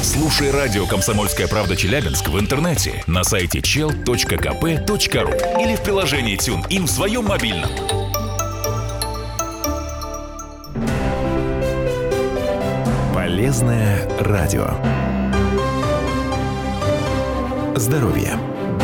Слушай радио «Комсомольская правда» Челябинск в интернете на сайте chel.kp.ru или в приложении TuneIn в своем мобильном. Полезное радио. Здоровье.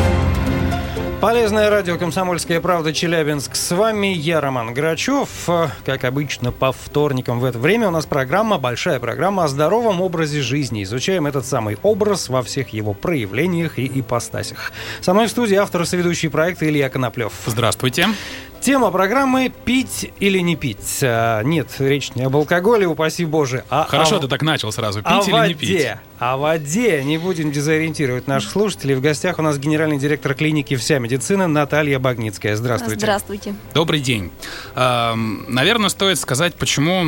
Полезное радио «Комсомольская правда» Челябинск. С вами я, Роман Грачев. Как обычно, по вторникам в это время у нас большая программа о здоровом образе жизни. Изучаем этот самый образ во всех его проявлениях и ипостасях. Со мной в студии автор и соведущий проекта Илья Коноплев. Здравствуйте. Тема программы «Пить или не пить». Нет, речь не об алкоголе, упаси Боже. Хорошо, ты так начал сразу. Пить или не пить? О воде. Не будем дезориентировать наших слушателей. В гостях у нас генеральный директор клиники «Вся медицина» Наталья Багницкая. Здравствуйте. Здравствуйте. Добрый день. Наверное, стоит сказать, почему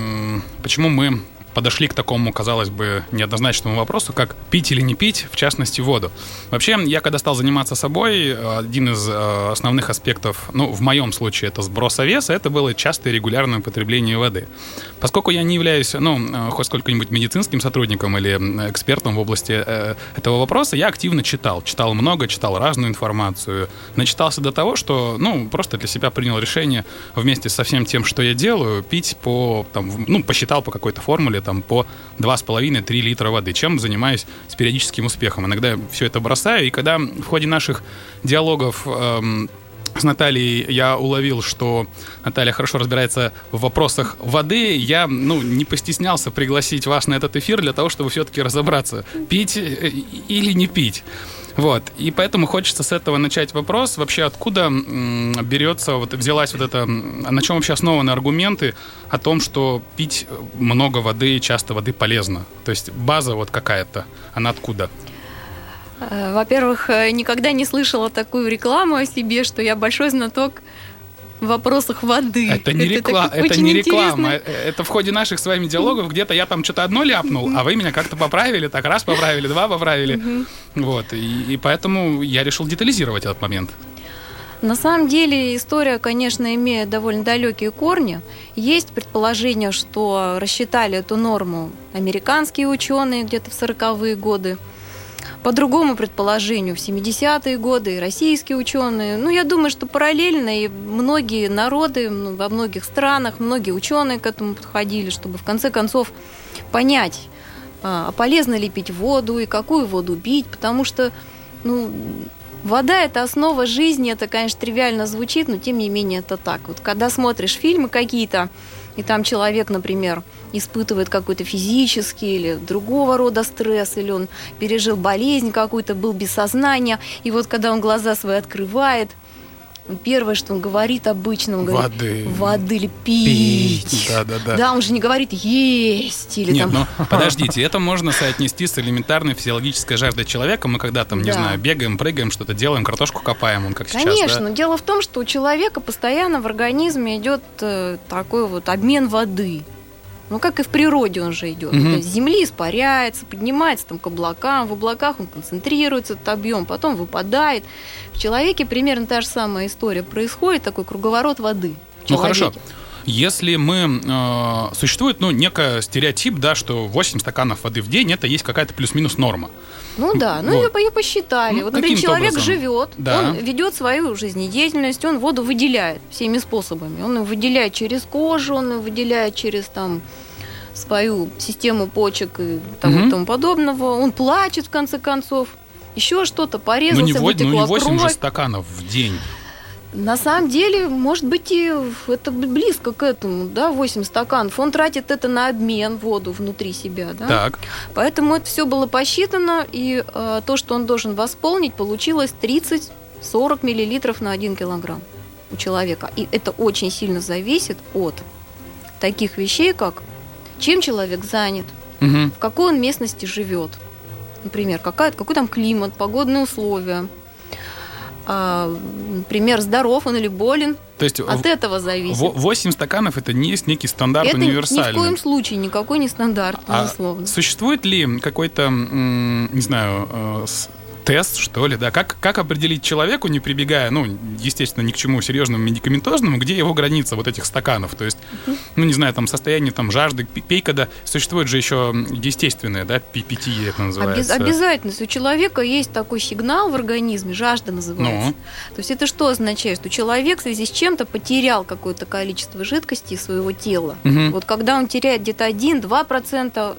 мы подошли к такому, казалось бы, неоднозначному вопросу, как пить или не пить, в частности, воду. Вообще, я когда стал заниматься собой, один из основных аспектов, в моем случае это сброса веса, это было частое и регулярное употребление воды. Поскольку я не являюсь, хоть сколько-нибудь медицинским сотрудником или экспертом в области этого вопроса, я активно читал много, читал разную информацию, начитался до того, что, просто для себя принял решение вместе со всем тем, что я делаю, пить посчитал по какой-то формуле, по 2,5-3 литра воды, чем занимаюсь с периодическим успехом. Иногда все это бросаю, и когда в ходе наших диалогов с Натальей я уловил, что Наталья хорошо разбирается в вопросах воды, я не постеснялся пригласить вас на этот эфир для того, чтобы все-таки разобраться, пить или не пить. И поэтому хочется с этого начать вопрос, вообще откуда взялась на чем вообще основаны аргументы о том, что пить много воды, часто воды полезно? То есть база какая-то, она откуда? Во-первых, никогда не слышала такую рекламу о себе, что я большой знаток в вопросах воды. Это не реклама. Это в ходе наших с вами диалогов где-то я там что-то одно ляпнул, а вы меня как-то поправили, так раз поправили, два поправили. И поэтому я решил детализировать этот момент. На самом деле история, конечно, имеет довольно далекие корни. Есть предположение, что рассчитали эту норму американские ученые где-то в 40-е годы. По другому предположению, в 70-е годы и российские ученые. Я думаю, что параллельно и многие народы во многих странах, многие ученые к этому подходили, чтобы в конце концов понять, полезно ли пить воду и какую воду пить, потому что вода – это основа жизни, это, конечно, тривиально звучит, но тем не менее это так. Когда смотришь фильмы какие-то, и там человек, например, испытывает какой-то физический или другого рода стресс, или он пережил болезнь какую-то, был без сознания, и когда он глаза свои открывает, первое, что он говорит обычно, он говорит, воды или пить. Да, он же не говорит есть. Или Нет, подождите, это можно соотнести с элементарной физиологической жаждой человека. Мы когда бегаем, прыгаем, что-то делаем, картошку копаем, как сейчас. Конечно, дело в том, что у человека постоянно в организме идет такой обмен воды. Как и в природе он же идет. С земли испаряется, поднимается к облакам, в облаках он концентрируется, этот объем, потом выпадает. В человеке примерно та же самая история происходит, такой круговорот воды. Хорошо. Если существует некий стереотип, что 8 стаканов воды в день это есть какая-то плюс-минус норма. Ее посчитали. Например, человек живет, он ведет свою жизнедеятельность, он воду выделяет всеми способами. Он ее выделяет через кожу, он ее выделяет через свою систему почек и тому подобного. Он плачет, в конце концов. Еще что-то, порезался, вытекла кровь. 8 же стаканов в день. На самом деле, может быть, и это близко к этому, 8 стаканов. Он тратит это на обмен, воду внутри себя, Так. Поэтому это все было посчитано, и то, что он должен восполнить, получилось 30-40 миллилитров на 1 килограмм у человека. И это очень сильно зависит от таких вещей, как чем человек занят, в какой он местности живет. Например, какой там климат, погодные условия. Например, здоров он или болен. То есть от этого зависит. 8 стаканов это не есть некий стандарт универсальный. Это ни в коем случае никакой не стандарт, безусловно. Существует ли какой-то, тест, что ли, да? Как определить человеку, не прибегая, естественно, ни к чему серьезному медикаментозному, где его граница вот этих стаканов? То есть, не знаю, там состояние там жажды, пей, когда существует же еще естественное, да, питье это называется. Обязательно. Если у человека есть такой сигнал в организме, жажда называется. То есть это что означает? Что человек в связи с чем-то потерял какое-то количество жидкости из своего тела. Вот когда он теряет где-то 1-2%,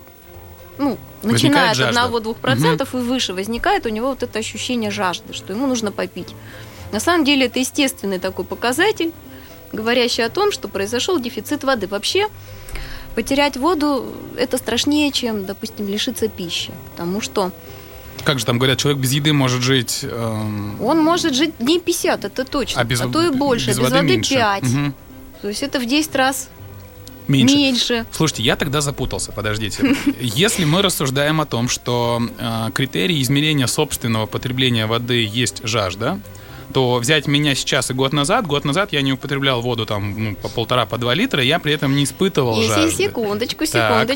начиная от 1-2% и выше, возникает у него вот это ощущение жажды, что ему нужно попить. На самом деле это естественный такой показатель, говорящий о том, что произошел дефицит воды. Вообще, потерять воду – это страшнее, чем, допустим, лишиться пищи. Потому что... Как же там говорят, человек без еды может жить... Он может жить дней 50, это точно. А то и больше. Без воды 5. То есть это в 10 раз... Меньше. Слушайте, я тогда запутался, подождите. Если мы рассуждаем о том, что критерий измерения собственного потребления воды есть жажда, то взять меня сейчас и год назад я не употреблял воду там по 1,5-2 литра, я при этом не испытывал жажды. Секундочку.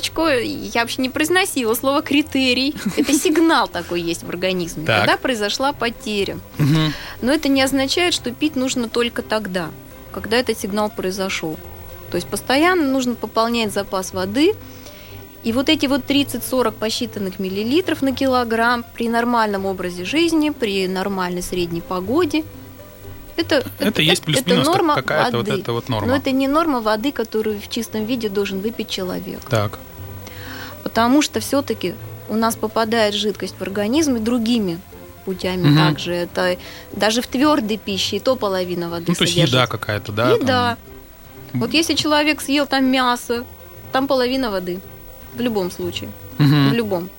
Я вообще не произносила слово «критерий». Это сигнал такой есть в организме, когда произошла потеря. Но это не означает, что пить нужно только тогда, когда этот сигнал произошел. То есть постоянно нужно пополнять запас воды. И вот эти вот 30-40 посчитанных миллилитров на килограмм при нормальном образе жизни, при нормальной средней погоде, это есть плюс-минус норма какая-то воды. вот эта вот норма. Но это не норма воды, которую в чистом виде должен выпить человек. Так. Потому что все-таки у нас попадает жидкость в организм и другими путями также. Это даже в твердой пище и то половина воды содержится. То есть еда какая-то, да? Еда. Вот если человек съел там мясо, там половина воды. В любом случае. В любом.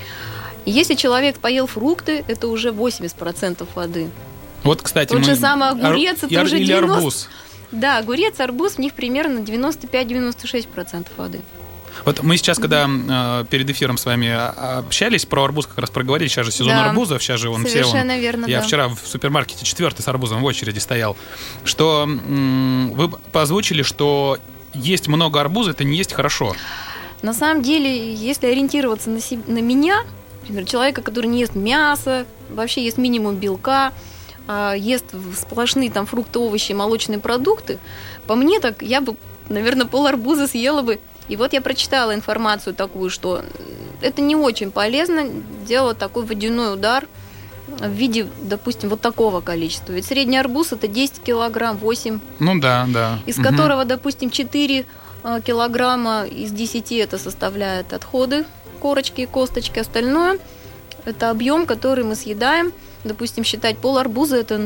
Если человек поел фрукты, это уже 80% воды. Вот, кстати, тот же самый огурец, это уже 90%. Или арбуз. Да, огурец, арбуз, в них примерно 95-96% воды. Вот мы сейчас, когда перед эфиром с вами общались, про арбуз как раз проговорили, сейчас же сезон арбузов, сейчас же совершенно верно, Я вчера в супермаркете 4-й с арбузом в очереди стоял, что вы озвучили, что есть много арбуза, это не есть хорошо. На самом деле, если ориентироваться на меня, например, человека, который не ест мясо, вообще ест минимум белка, ест сплошные там фрукты, овощи, молочные продукты, по мне так я бы, наверное, пол-арбуза съела бы. И вот я прочитала информацию такую, что это не очень полезно делать такой водяной удар в виде, допустим, вот такого количества. Ведь средний арбуз – это 10 килограмм, 8. Ну да. Из которого, допустим, 4 килограмма из 10 это составляет отходы, корочки и косточки. Остальное – это объем, который мы съедаем. Допустим, считать пол-арбуза – это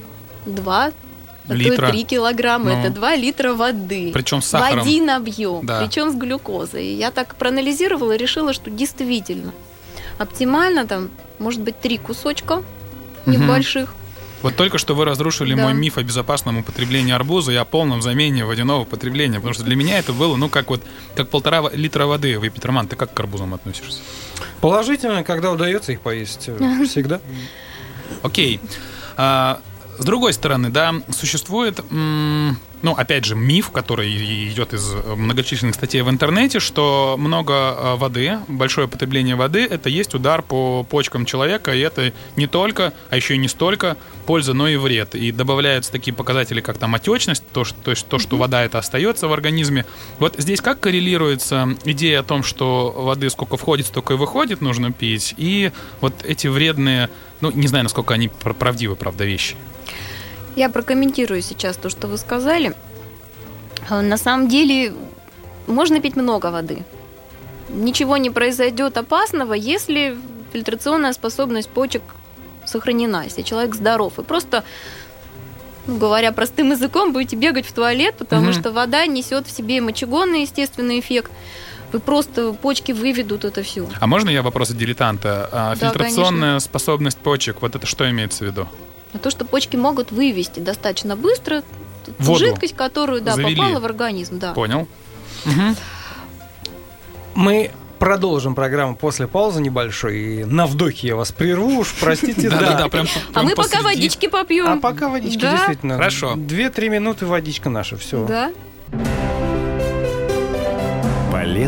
2 литра. 3 килограмма, это 2 литра воды. Причем с сахаром. В один объем, причем с глюкозой. И я так проанализировала и решила, что действительно оптимально там, может быть, 3 кусочка небольших. Вот только что вы разрушили мой миф о безопасном употреблении арбуза и о полном замене водяного потребления, потому что для меня это было, как 1,5 литра воды выпить. Роман, ты как к арбузам относишься? Положительно, когда удается их поесть, всегда. Окей. С другой стороны, существует, опять же, миф, который идет из многочисленных статей в интернете, что много воды, большое потребление воды, это есть удар по почкам человека, и это не только, а еще и не столько польза, но и вред. И добавляются такие показатели, как там отечность, то, что вода это остается в организме. Вот здесь как коррелируется идея о том, что воды сколько входит, столько и выходит, нужно пить, и вот эти вредные, не знаю, насколько они правдивы, правда, вещи. Я прокомментирую сейчас то, что вы сказали. На самом деле можно пить много воды. Ничего не произойдет опасного, если фильтрационная способность почек сохранена, если человек здоров. И просто, говоря простым языком, будете бегать в туалет, потому что вода несет в себе мочегонный естественный эффект. Вы просто почки выведут это все. А можно я вопрос от дилетанта? Да, фильтрационная конечно. Способность почек, вот это что имеется в виду? То, что почки могут вывести достаточно быстро воду. Жидкость, которую попала в организм. Да. Понял. Мы продолжим программу после паузы небольшой. И на вдохе я вас прерву, уж простите. Да, прям а мы пока водички попьем. А пока водички, действительно. Хорошо. 2-3 минуты водичка наша, все. Да.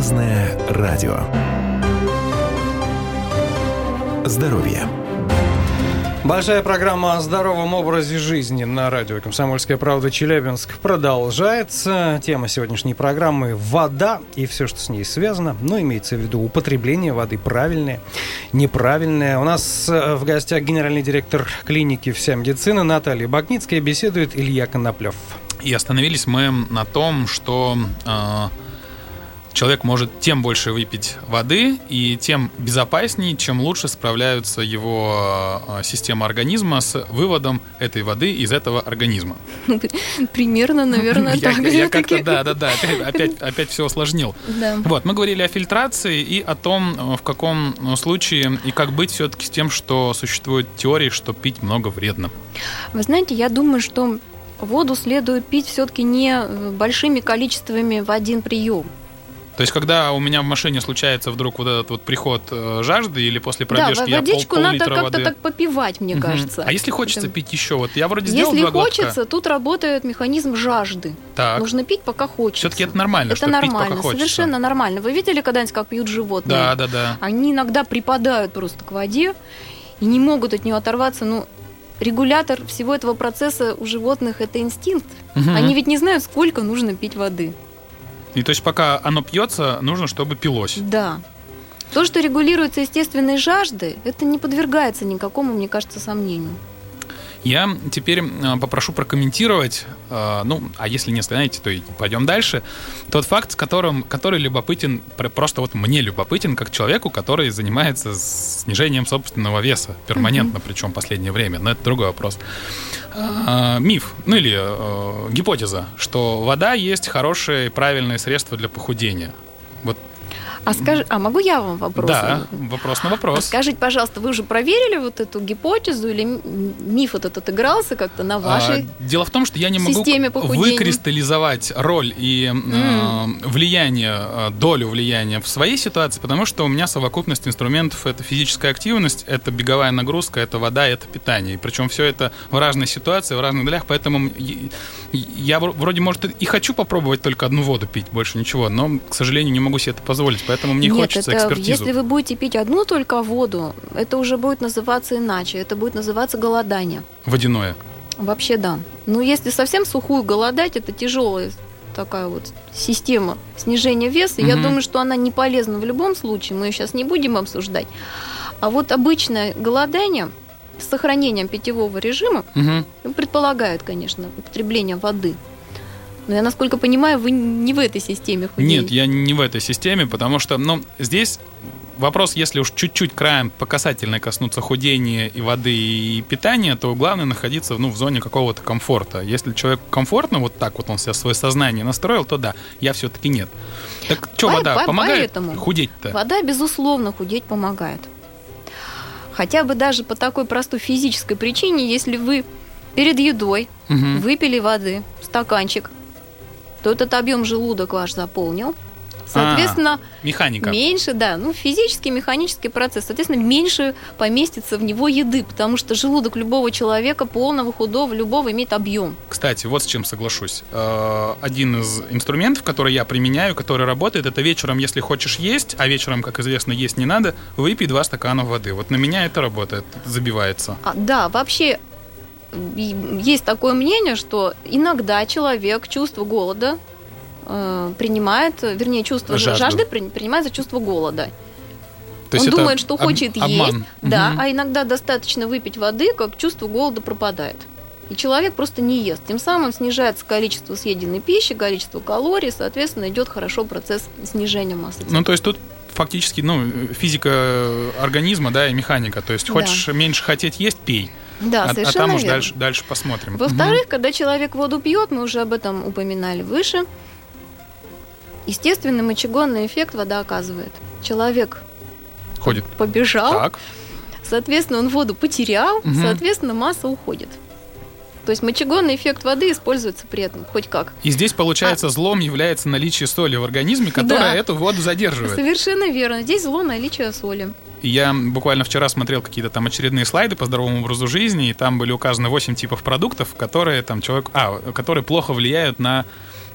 Полезное радио. Здоровье. Большая программа о здоровом образе жизни на радио «Комсомольская правда» Челябинск продолжается. Тема сегодняшней программы – вода и все, что с ней связано. Но имеется в виду употребление воды правильное, неправильное. У нас в гостях генеральный директор клиники «Вся медицина» Наталья Бакницкая. Беседует Илья Коноплев. И остановились мы на том, что человек может тем больше выпить воды, и тем безопаснее, чем лучше справляются его система организма с выводом этой воды из этого организма. Примерно, наверное, так. Я как-то, да, опять все усложнил. Вот, мы говорили о фильтрации и о том, в каком случае и как быть все-таки с тем, что существует теория, что пить много вредно. Вы знаете, я думаю, что воду следует пить все-таки не большими количествами в один прием. То есть, когда у меня в машине случается вдруг вот этот вот приход жажды или после пробежки, да, водичку надо пол-литра как-то воды. Так попивать, мне кажется. А если хочется пить еще? Вот я вроде сделал Если 2 глотка. Если хочется, тут работает механизм жажды. Так. Нужно пить, пока хочется. Все-таки это нормально, что пить, пока хочется. Совершенно нормально. Вы видели когда-нибудь, как пьют животные? Да. Они иногда припадают просто к воде и не могут от нее оторваться. Ну, регулятор всего этого процесса у животных – это инстинкт. Они ведь не знают, сколько нужно пить воды. И то есть пока оно пьется, нужно, чтобы пилось. Да. То, что регулируется естественной жаждой, это не подвергается никакому, мне кажется, сомнению. Я теперь попрошу прокомментировать, а если не знаете, то и пойдем дальше, тот факт, который любопытен, просто вот мне любопытен, как человеку, который занимается снижением собственного веса перманентно, причем в последнее время, но это другой вопрос. Миф, или гипотеза, что вода есть хорошее и правильное средство для похудения. Вот. Могу я вам вопрос? Да, вопрос на вопрос. Скажите, пожалуйста, вы уже проверили вот эту гипотезу или миф этот отыгрался как-то на вашей Дело в том, что я не могу выкристаллизовать роль и долю влияния в своей ситуации, потому что у меня совокупность инструментов — это физическая активность, это беговая нагрузка, это вода, это питание. И причем все это в разной ситуации, в разных долях, поэтому я вроде, может, и хочу попробовать только одну воду пить, больше ничего, но, к сожалению, не могу себе это позволить. Поэтому мне хочется экспертизу. Если вы будете пить одну только воду, это уже будет называться иначе. Это будет называться голодание. Водяное. Вообще да. Но если совсем сухую голодать, это тяжелая такая вот система снижения веса. Я думаю, что она не полезна в любом случае. Мы ее сейчас не будем обсуждать. А вот обычное голодание с сохранением питьевого режима предполагает, конечно, употребление воды. Но я, насколько понимаю, вы не в этой системе худеете. Нет, я не в этой системе, потому что, здесь вопрос, если уж чуть-чуть краем по касательной коснуться худения и воды и питания, то главное находиться, в зоне какого-то комфорта. Если человеку комфортно, вот так вот он себя свое сознание настроил, то да, я все-таки нет. Так что, вода помогает худеть-то? Вода, безусловно, худеть помогает. Хотя бы даже по такой простой физической причине, если вы перед едой выпили воды, стаканчик, то этот объем желудок ваш заполнил. Соответственно, механика. Меньше, физический, механический процесс. Соответственно, меньше поместится в него еды, потому что желудок любого человека, полного, худого, любого, имеет объем. Кстати, вот с чем соглашусь. Один из инструментов, который я применяю, который работает, это вечером, если хочешь есть, а вечером, как известно, есть не надо, выпей 2 стакана воды. Вот на меня это работает, забивается. Да, вообще есть такое мнение, что иногда человек чувство голода принимает, вернее, чувство жажды принимает за чувство голода. То есть он думает, что хочет есть, да, а иногда достаточно выпить воды, как чувство голода пропадает. И человек просто не ест. Тем самым снижается количество съеденной пищи, количество калорий, соответственно, идет хорошо процесс снижения массы тела. То есть тут фактически, физика организма, и механика. То есть хочешь меньше хотеть есть, пей. Да, совершенно там верно. уж дальше посмотрим. Во-вторых, когда человек воду пьет, мы уже об этом упоминали выше, естественный мочегонный эффект вода оказывает. Человек побежал, соответственно, он воду потерял, соответственно, масса уходит. То есть мочегонный эффект воды используется при этом хоть как. И здесь, получается, злом является наличие соли в организме, которая эту воду задерживает. Совершенно верно. Здесь зло наличие соли. И я буквально вчера смотрел какие-то там очередные слайды по здоровому образу жизни, и там были указаны 8 типов продуктов, которые там которые плохо влияют на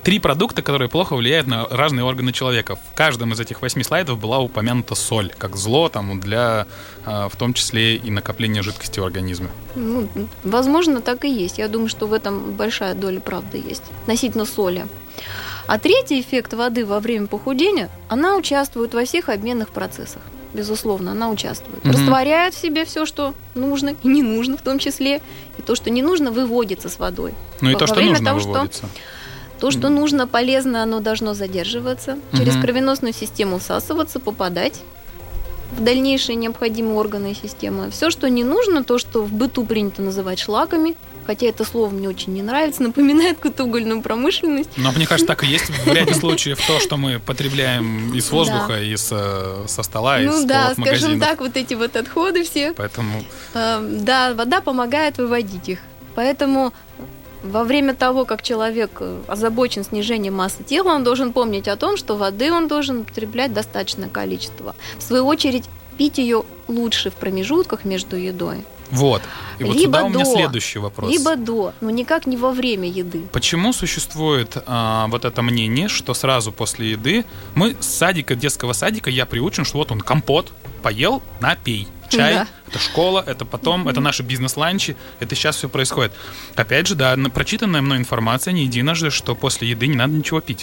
3 продукта, которые плохо влияют на разные органы человека. В каждом из этих 8 слайдов была упомянута соль, как зло там, для, в том числе и накопления жидкости в организме. Ну, возможно, так и есть. Я думаю, что в этом большая доля правды есть относительно соли. А третий эффект воды во время похудения, она участвует во всех обменных процессах. Безусловно, она участвует. Растворяет в себе все, что нужно и не нужно в том числе. И то, что не нужно, выводится с водой. Ну и то, что нужно, выводится. То, что нужно, полезно, оно должно задерживаться, через кровеносную систему всасываться, попадать в дальнейшие необходимые органы и системы. Все, что не нужно, то, что в быту принято называть шлаками, хотя это слово мне очень не нравится, напоминает какую-то угольную промышленность. Но мне кажется, так и есть в ряде случаев то, что мы потребляем из воздуха, со стола, из полок магазинов. Скажем так, вот эти вот отходы все. Поэтому... Да, вода помогает выводить их. Поэтому во время того, как человек озабочен снижением массы тела, он должен помнить о том, что воды он должен употреблять достаточное количество. В свою очередь, пить ее лучше в промежутках между едой. Вот. И вот сюда у меня следующий вопрос. Либо до, но никак не во время еды. Почему существует вот это мнение, что сразу после еды мы с садика, детского садика, я приучен, что вот он компот, поел, напей. Чай, да. Это школа, это потом, это наши бизнес-ланчи, это сейчас все происходит. Опять же, да, прочитанная мной информация не единожды, что после еды не надо ничего пить.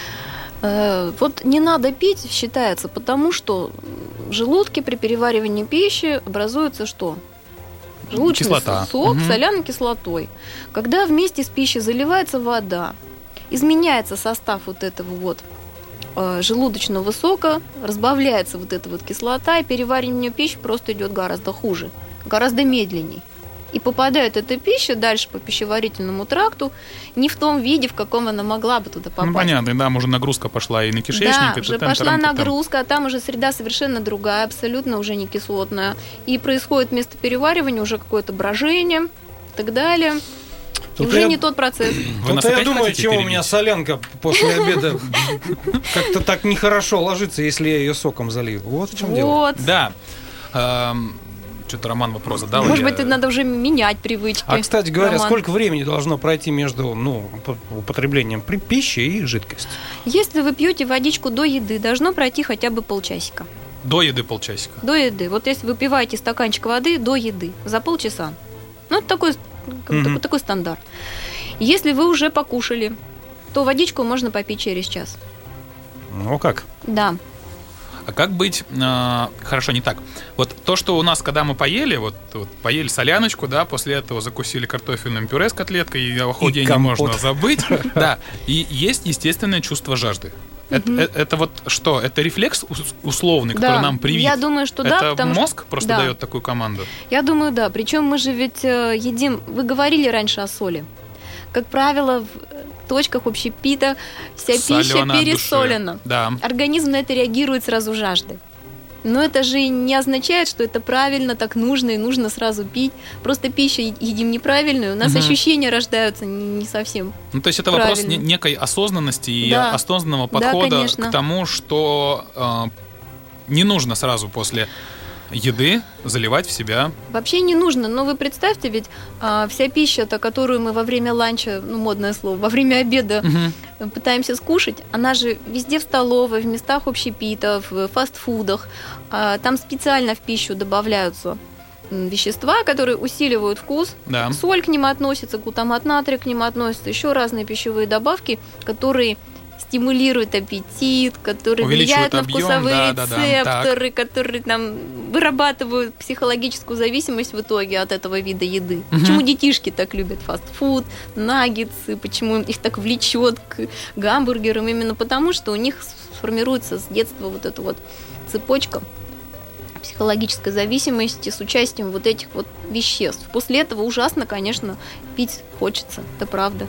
Вот не надо пить, считается, потому что в желудке при переваривании пищи образуется что? Желудочный кислота. Сок с соляной кислотой. Когда вместе с пищей заливается вода, изменяется состав вот этого вот желудочного сока, разбавляется вот эта вот кислота, и переваривание пищи просто идет гораздо хуже, гораздо медленней. И попадает эта пища дальше по пищеварительному тракту не в том виде, в каком она могла бы туда попасть. Ну, понятно, да, уже нагрузка пошла и на кишечник. Да, уже пошла нагрузка, а там уже среда совершенно другая, абсолютно уже не кислотная. И происходит вместо переваривания уже какое-то брожение и так далее. И уже не тот процесс. Вот я думаю, чего у меня солянка после обеда как-то так нехорошо ложится, если я ее соком залью. Вот в чем дело. Да. Что-то Роман вопрос задал. Может быть, надо уже менять привычки. А, кстати говоря, сколько времени должно пройти между употреблением пищи и жидкости? Если вы пьете водичку до еды, должно пройти хотя бы полчасика. До еды полчасика? До еды. Вот если вы выпиваете стаканчик воды до еды за полчаса. Ну, это такой стандарт. Если вы уже покушали, то водичку можно попить через час. Ну, как? Да. А как быть... хорошо, не так. Вот то, что у нас, когда мы поели, вот поели соляночку, да, после этого закусили картофельным пюре с котлеткой, и о ходе не можно забыть. Да, и есть естественное чувство жажды. Это вот что? Это рефлекс условный, который нам привит? Я думаю, что да. Это мозг просто дает такую команду? Я думаю, да. Причем мы же ведь едим... Вы говорили раньше о соли. Как правило, в точках общепита вся пища пересолена. Да. Организм на это реагирует сразу жаждой. Но это же не означает, что это правильно, так нужно и нужно сразу пить. Просто пищу едим неправильную, у нас ощущения рождаются не совсем. Ну, то есть это вопрос некой осознанности и осознанного подхода к тому, что не нужно сразу после еды заливать в себя. Вообще не нужно, но вы представьте, ведь вся пища-то, которую мы во время ланча, модное слово, во время обеда пытаемся скушать, она же везде в столовой, в местах общепита, в фастфудах. Там специально в пищу добавляются вещества, которые усиливают вкус. Да. Соль к ним относится, глутамат натрия к ним относится, еще разные пищевые добавки, которые стимулируют аппетит, которые влияют на вкусовые рецепторы, которые там вырабатывают психологическую зависимость в итоге от этого вида еды. Почему детишки так любят фастфуд, наггетсы, почему их так влечет к гамбургерам? Именно потому, что у них сформируется с детства вот эта вот цепочка психологической зависимости с участием вот этих вот веществ. После этого ужасно, конечно, пить хочется, это правда.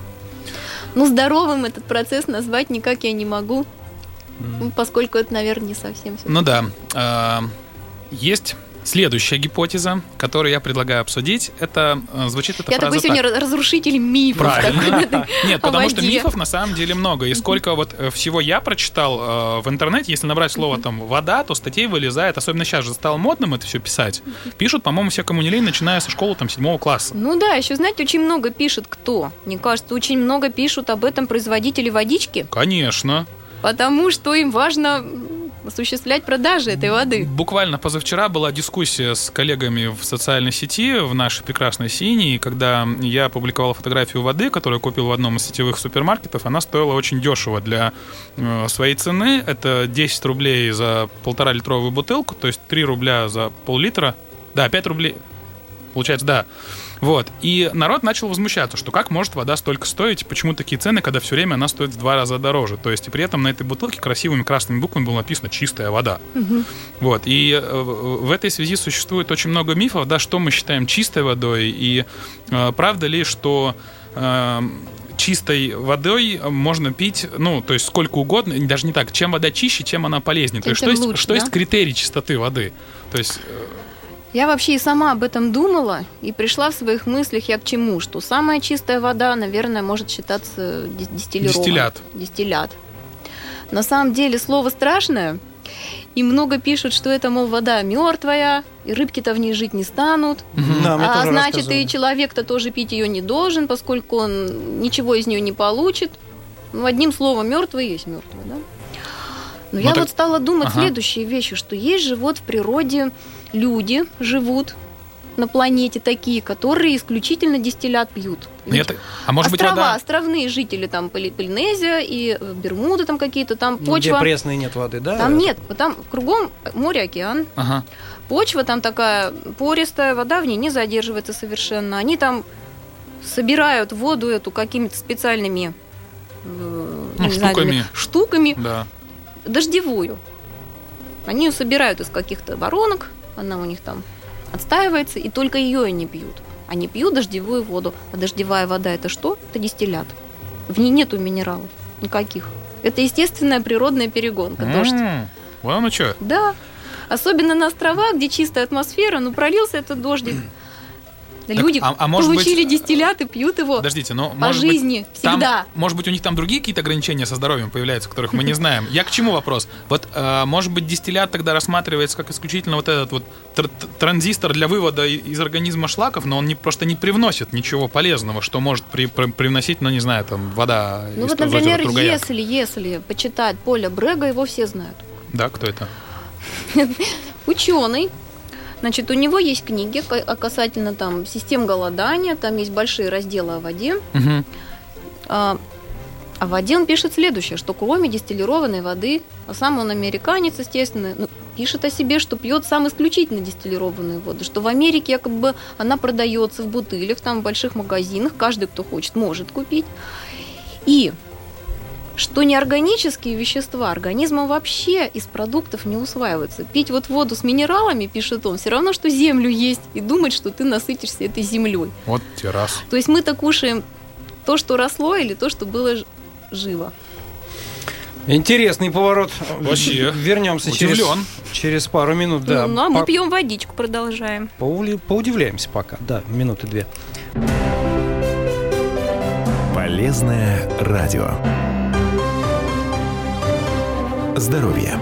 Но здоровым этот процесс назвать никак я не могу, поскольку это, наверное, не совсем все. Ну да. Есть Следующая гипотеза, которую я предлагаю обсудить, это звучит эта Я фраза такой сегодня так. разрушитель мифов. Правильно. Нет, потому что воде. мифов на самом деле много. И сколько вот всего я прочитал в интернете, если набрать слово там «вода», то статей вылезает, особенно сейчас же стало модным это все писать. Пишут, по-моему, все кому не лень, начиная со школы там 7 класса. Ну да, еще, знаете, очень много пишет кто? Мне кажется, очень много пишут об этом производители водички, Конечно. потому что им важно осуществлять продажи этой воды. Буквально позавчера была дискуссия с коллегами в социальной сети, в нашей прекрасной Синей, когда я опубликовал фотографию воды, которую купил в одном из сетевых супермаркетов. Она стоила очень дешево для своей цены. Это 10 рублей за 1,5-литровую бутылку, то есть 3 рубля за пол-литра. Да, 5 рублей. Получается, да. Вот. И народ начал возмущаться, что как может вода столько стоить, почему такие цены, когда все время она стоит в 2 раза дороже. То есть и при этом на этой бутылке красивыми красными буквами было написано «чистая вода». Вот. И в этой связи существует очень много мифов, да, что мы считаем чистой водой, и правда ли, что чистой водой можно пить, ну, то есть сколько угодно, даже не так, чем вода чище, тем она полезнее. То есть Тем лучше, что да? есть критерий чистоты воды? То есть... Я вообще и сама об этом думала и пришла в своих мыслях я к чему, что самая чистая вода, наверное, может считаться дистиллированной. Дистиллят. На самом деле слово страшное, и много пишут, что это, мол, вода мертвая, и рыбки-то в ней жить не станут. Да, мне А тоже значит, рассказывали. и человек-то тоже пить ее не должен, поскольку он ничего из нее не получит. Ну, одним словом, мертвый есть мертвый, да? Но я так- вот стала думать Ага. следующие вещи, что есть же вот в природе люди живут на планете такие, которые исключительно дистиллят пьют. Ведь А может быть острова, вода... островные жители, там Полинезия и Бермуды там какие-то, там Ну, где почва... пресной нет воды, да? Там нет, там кругом море, океан. Ага. Почва там такая пористая, вода в ней не задерживается совершенно. Они там собирают воду эту какими-то специальными не знаю, штуками. штуками Да. дождевую. Они ее собирают из каких-то воронок, она у них там отстаивается, и только ее они пьют. Они пьют дождевую воду. А дождевая вода это что? Это дистиллят. В ней нету минералов никаких. Это естественная природная перегонка, дождь. Вон оно что. Да. Особенно на островах, где чистая атмосфера, ну пролился этот дождик. Так, Люди а может получили быть- дистиллят и пьют его Подождите, но по может быть, жизни там, всегда. может быть, у них там другие какие-то ограничения со здоровьем появляются, которых мы не знаем. Я к чему вопрос? Вот, может быть, дистиллят тогда рассматривается как исключительно вот этот вот транзистор для вывода из организма шлаков, но он просто не привносит ничего полезного, что может привносить, ну, не знаю, там, вода Ну из вот, озера например, Тургаяк. если почитать Поля Брега, его все знают. Да, кто это? Ученый. Значит, у него есть книги касательно там систем голодания, там есть большие разделы о воде. Мгм. О воде он пишет следующее, что кроме дистиллированной воды, а сам он американец, естественно, пишет о себе, что пьет сам исключительно дистиллированную воду, что в Америке якобы она продается в бутылях, там в больших магазинах, каждый, кто хочет, может купить. И что неорганические вещества организмом вообще из продуктов не усваиваются. Пить вот воду с минералами, пишет он, все равно, что землю есть и думать, что ты насытишься этой землей. Вот те раз. То есть мы-то кушаем то, что росло, или то, что было живо. Интересный поворот. Вообще. Вернемся Удивлен. через пару минут. Да. Ну, а мы пьем водичку, продолжаем. Поудивляемся пока. Да, минуты 2. Полезное радио. Здоровье.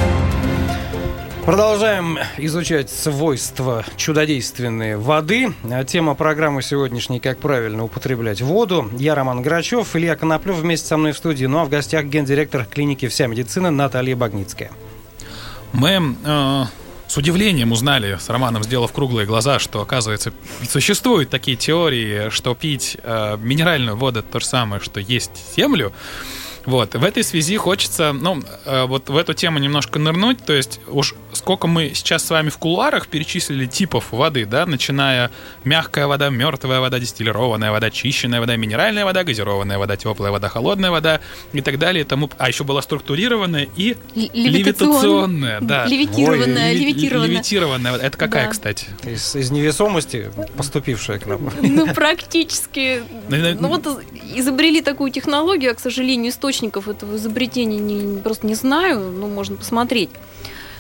Продолжаем изучать свойства чудодейственной воды. Тема программы сегодняшней «Как правильно употреблять воду». Я Роман Грачев, Илья Коноплев вместе со мной в студии. Ну а в гостях гендиректор клиники «Вся медицина» Наталья Багницкая. Мы с удивлением узнали с Романом, сделав круглые глаза, что, оказывается, существуют такие теории, что пить минеральную воду — это то же самое, что есть землю. Вот, в этой связи хочется, вот в эту тему немножко нырнуть, то есть уж сколько мы сейчас с вами в кулуарах перечислили типов воды, да, начиная мягкая вода, мертвая вода, дистиллированная вода, чищенная вода, минеральная вода, газированная вода, теплая вода, холодная вода и так далее. А еще была структурированная и левитационная, да. Левитированная. Левитированная. Это какая, Да. кстати? Из невесомости, поступившая к нам. Ну, практически. Ну, вот изобрели такую технологию, а, к сожалению, источников этого изобретения просто не знаю, но можно посмотреть.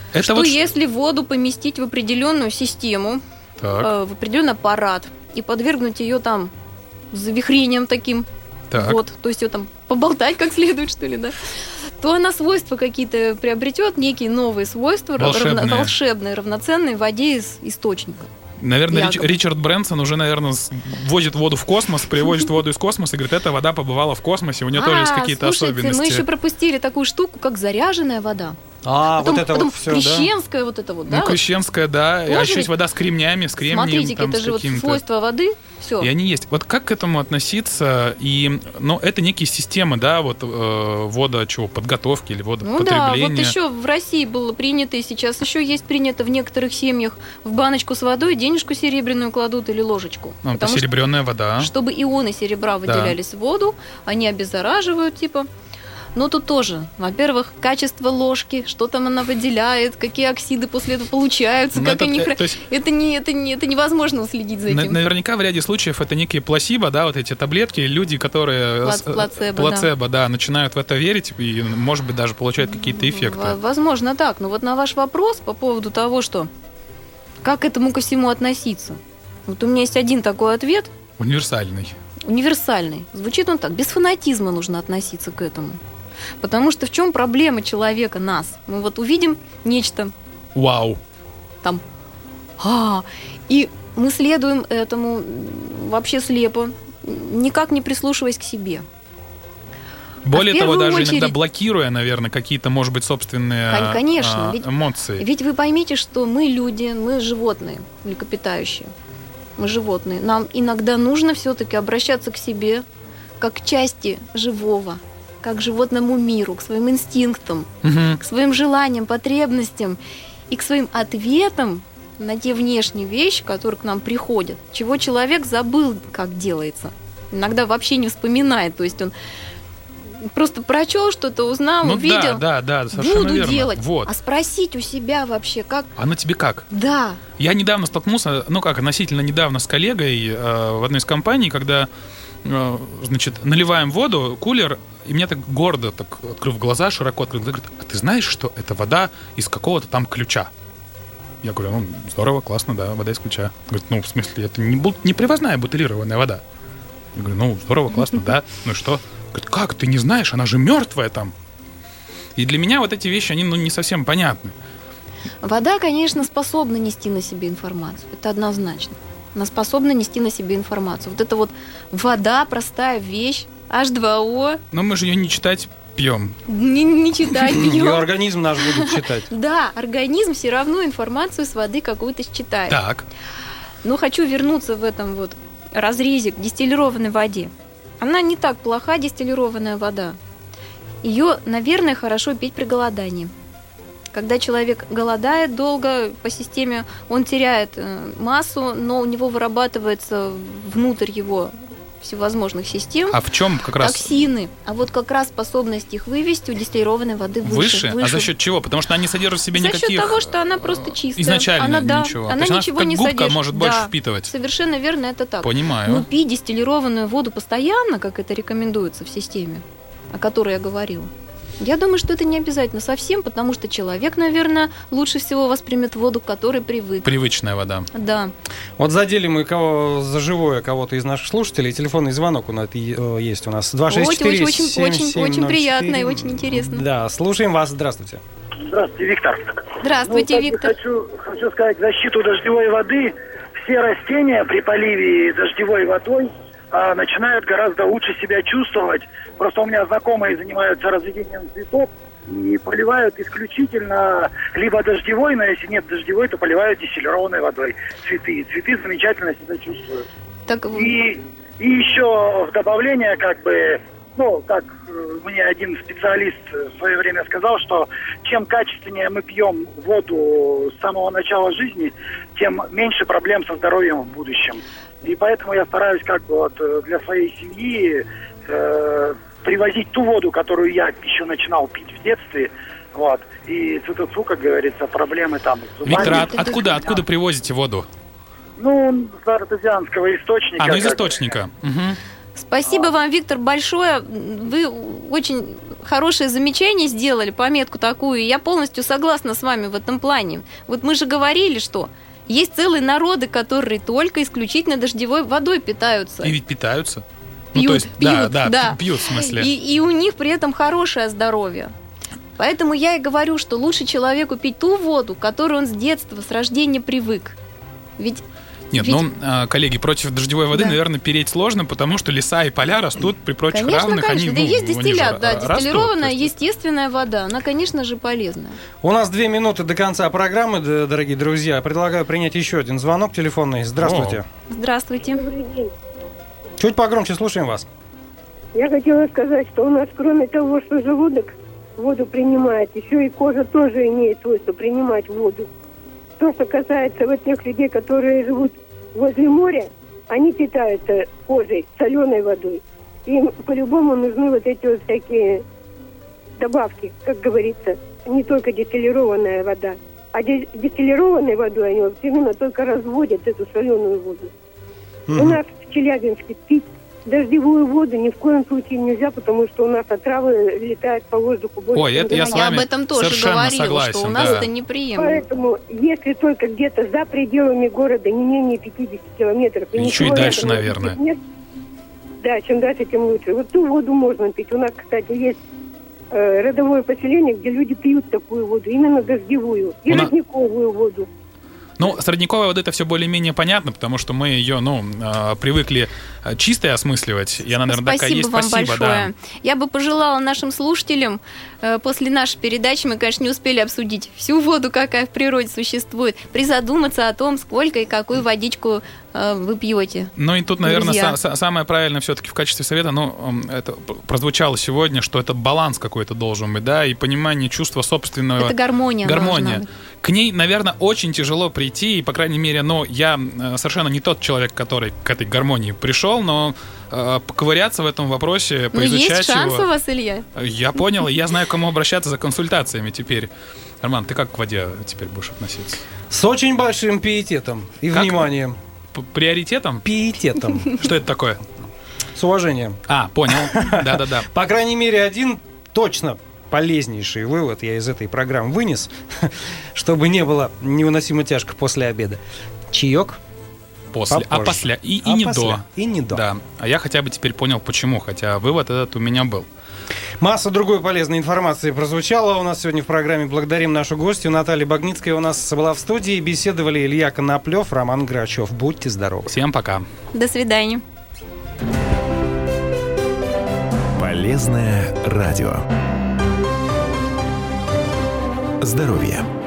Это что вот если воду поместить в определенную систему, Так, в определенный аппарат и подвергнуть ее там завихрением таким, так. вот, то есть ее там поболтать как следует, что ли, да, то она свойства какие-то приобретет, некие новые свойства, волшебные, равноценные воде из источника. Наверное, Якобы. Ричард Брэнсон уже, наверное, возит воду в космос, привозит воду из космоса и говорит, эта вода побывала в космосе, у нее тоже есть какие-то слушайте, особенности. мы еще пропустили такую штуку, как заряженная вода. Вот это потом вот все, крещенская вот это вот, да? Ну, крещенская, да. А Тоже еще ведь- есть вода с кремнями, с кремнием. Смотрите, там, это с же вот каким-то. свойства воды, все. И они есть. Вот как к этому относиться? И, ну, это некие системы, да, вот водоподготовки или Ну да, водопотребления. вот еще в России было принято, и сейчас еще есть принято в некоторых семьях в баночку с водой денежку серебряную кладут или ложечку. Ну, это Потому что, серебряная вода. чтобы ионы серебра выделялись в воду, они обеззараживают, типа. Но тут тоже, во-первых, качество ложки, что там она выделяет, какие оксиды после этого получаются, Ну, как это, они... то есть Это невозможно следить за этим. наверняка в ряде случаев это некие плацебо, да, вот эти таблетки, люди, которые Плацебо, да, начинают в это верить и, может быть, даже получают какие-то эффекты. Возможно так, но вот на ваш вопрос по поводу того, что как к этому ко всему относиться. Вот у меня есть один такой ответ, Универсальный. универсальный. Звучит он так: без фанатизма нужно относиться к этому. Потому что в чем проблема человека, нас? Мы вот увидим нечто Вау. там, и мы следуем этому вообще слепо, никак не прислушиваясь к себе. Более в того, первую даже очередь- иногда блокируя, наверное, какие-то, может быть, собственные Конечно, эмоции. Ведь вы поймите, что мы люди, мы животные, млекопитающие. Мы животные. Нам иногда нужно все-таки обращаться к себе, как к части живого, как к животному миру, к своим инстинктам, Мгм. к своим желаниям, потребностям и к своим ответам на те внешние вещи, которые к нам приходят, чего человек забыл, как делается. Иногда вообще не вспоминает. То есть он просто прочел что-то, узнал, Ну увидел. да, совершенно Буду верно. делать. Вот. А спросить у себя вообще, как... А на тебе как? Да, Я недавно столкнулся, относительно недавно с коллегой в одной из компаний, когда, значит, наливаем воду, кулер, и мне так гордо, так открыв глаза, широко открыв глаза, говорит, а ты знаешь, что это вода из какого-то там ключа? Я говорю, ну, здорово, классно, да, вода из ключа. Говорит, ну, в смысле, это не привозная бутылированная вода. Я говорю, ну, здорово, классно, да, ну и что? Говорит, как, ты не знаешь, она же мертвая там. И для меня вот эти вещи, они, не совсем понятны. вода, конечно, способна нести на себе информацию. Это однозначно. Она способна нести на себе информацию. Вот это вот вода, простая вещь, H2O, Но мы же ее не читать пьем. не читать Ее пьем. организм наш будет читать. Да, организм все равно информацию с воды какую-то считает. Так. Но хочу вернуться в этом вот разрезе к дистиллированной воде. Она не так плоха, дистиллированная вода. Ее, наверное, хорошо пить при голодании. Когда человек голодает долго по системе, он теряет массу, но у него вырабатывается внутрь его всевозможных систем А в чем как раз токсины. А вот как раз способность их вывести у дистиллированной воды выше. выше? А за счет чего? Потому что она не содержит в себе За никаких... счет того, что она просто чистая. Изначально она, да, ничего. Она То есть ничего как не губка содержит. может больше Да, впитывать. совершенно верно, это так. Понимаю. Но пить дистиллированную воду постоянно, как это рекомендуется в системе, о которой я говорила, я думаю, что это не обязательно совсем, потому что человек, наверное, лучше всего воспримет воду, к которой привык. Привычная вода. Да. Вот задели мы за живое кого-то из наших слушателей. Телефонный звонок у нас есть у нас. 264 Очень приятно и очень интересно. Да, слушаем вас. Здравствуйте. Здравствуйте, Виктор. Здравствуйте, Виктор. Хочу сказать, в защиту дождевой воды все растения при поливе дождевой водой начинают гораздо лучше себя чувствовать. Просто у меня знакомые занимаются разведением цветов и поливают исключительно либо дождевой, но если нет дождевой, то поливают дистиллированной водой цветы. И цветы замечательно себя чувствуют. Так, И еще в добавление, как мне один специалист в свое время сказал, что чем качественнее мы пьем воду с самого начала жизни, тем меньше проблем со здоровьем в будущем. И поэтому я стараюсь для своей семьи привозить ту воду, которую я еще начинал пить в детстве. Вот. И цу-цу-цу, как говорится, проблемы там с зубами. Виктор, откуда привозите воду? Ну, с артезианского источника. Из источника. Мгм. спасибо вам, Виктор, большое. Вы очень хорошее замечание сделали, пометку такую, и я полностью согласна с вами в этом плане. Вот мы же говорили, что есть целые народы, которые только исключительно дождевой водой питаются. И ведь питаются. Пьют, пьют, в смысле. И у них при этом хорошее здоровье. Поэтому я и говорю, что лучше человеку пить ту воду, которую он с детства, с рождения привык. Ведь... коллеги, против дождевой воды, наверное, переть сложно, потому что леса и поля растут при прочих равных. Конечно, да есть дистиллят, дистиллированная растут, естественная вода, она, конечно же, полезная. У нас 2 минуты до конца программы, дорогие друзья. Предлагаю принять еще один звонок телефонный. Здравствуйте. Здравствуйте. Добрый день. Чуть погромче, слушаем вас. Я хотела сказать, что у нас, кроме того, что желудок воду принимает, еще и кожа тоже имеет свойство принимать воду. То, что касается вот тех людей, которые живут возле моря, они питаются кожей, соленой водой. Им по-любому нужны вот эти вот всякие добавки, как говорится, не только дистиллированная вода. А дистиллированной водой они вот именно только разводят эту соленую воду. У нас в Челябинске пить дождевую воду ни в коем случае нельзя, потому что у нас отравы летают по воздуху. Я с вами об этом тоже говорила, согласен, что у нас это неприемлемо. Поэтому, если только где-то за пределами города не менее 50 километров... Еще и дальше, наверное. Нет, да, чем дальше, тем лучше. Вот ту воду можно пить. У нас, кстати, есть родовое поселение, где люди пьют такую воду, именно дождевую, и родниковую воду. С родниковой воды это все более-менее понятно, потому что мы ее, привыкли чистой осмысливать, и она, наверное, такая есть. Спасибо вам большое. Да. Я бы пожелала нашим слушателям, после нашей передачи, мы, конечно, не успели обсудить всю воду, какая в природе существует, призадуматься о том, сколько и какую водичку вы пьете. И тут, наверное, самое правильное все-таки в качестве совета, это прозвучало сегодня, что это баланс какой-то должен быть, да, и понимание чувства собственного... Это гармония. К ней, наверное, очень тяжело прийти, и, по крайней мере, я совершенно не тот человек, который к этой гармонии пришел, но поковыряться в этом вопросе, поизучать его... есть шанс у вас, Илья? Я понял, и я знаю, к кому обращаться за консультациями теперь. Арман, ты как к воде теперь будешь относиться? С очень большим пиететом и вниманием. Приоритетом? Пиететом. Что это такое? С уважением. Понял. Да-да-да. По крайней мере, один точно полезнейший вывод я из этой программы вынес, чтобы не было невыносимо тяжко после обеда. Чаек после. После. И не до. И не до. Да. А я хотя бы теперь понял, почему. Хотя вывод этот у меня был. Масса другой полезной информации прозвучала у нас сегодня в программе. Благодарим нашу гостью. Наталья Багницкая у нас была в студии. Беседовали Илья Коноплев, Роман Грачев. Будьте здоровы. Всем пока. До свидания. Полезное радио. Здоровье.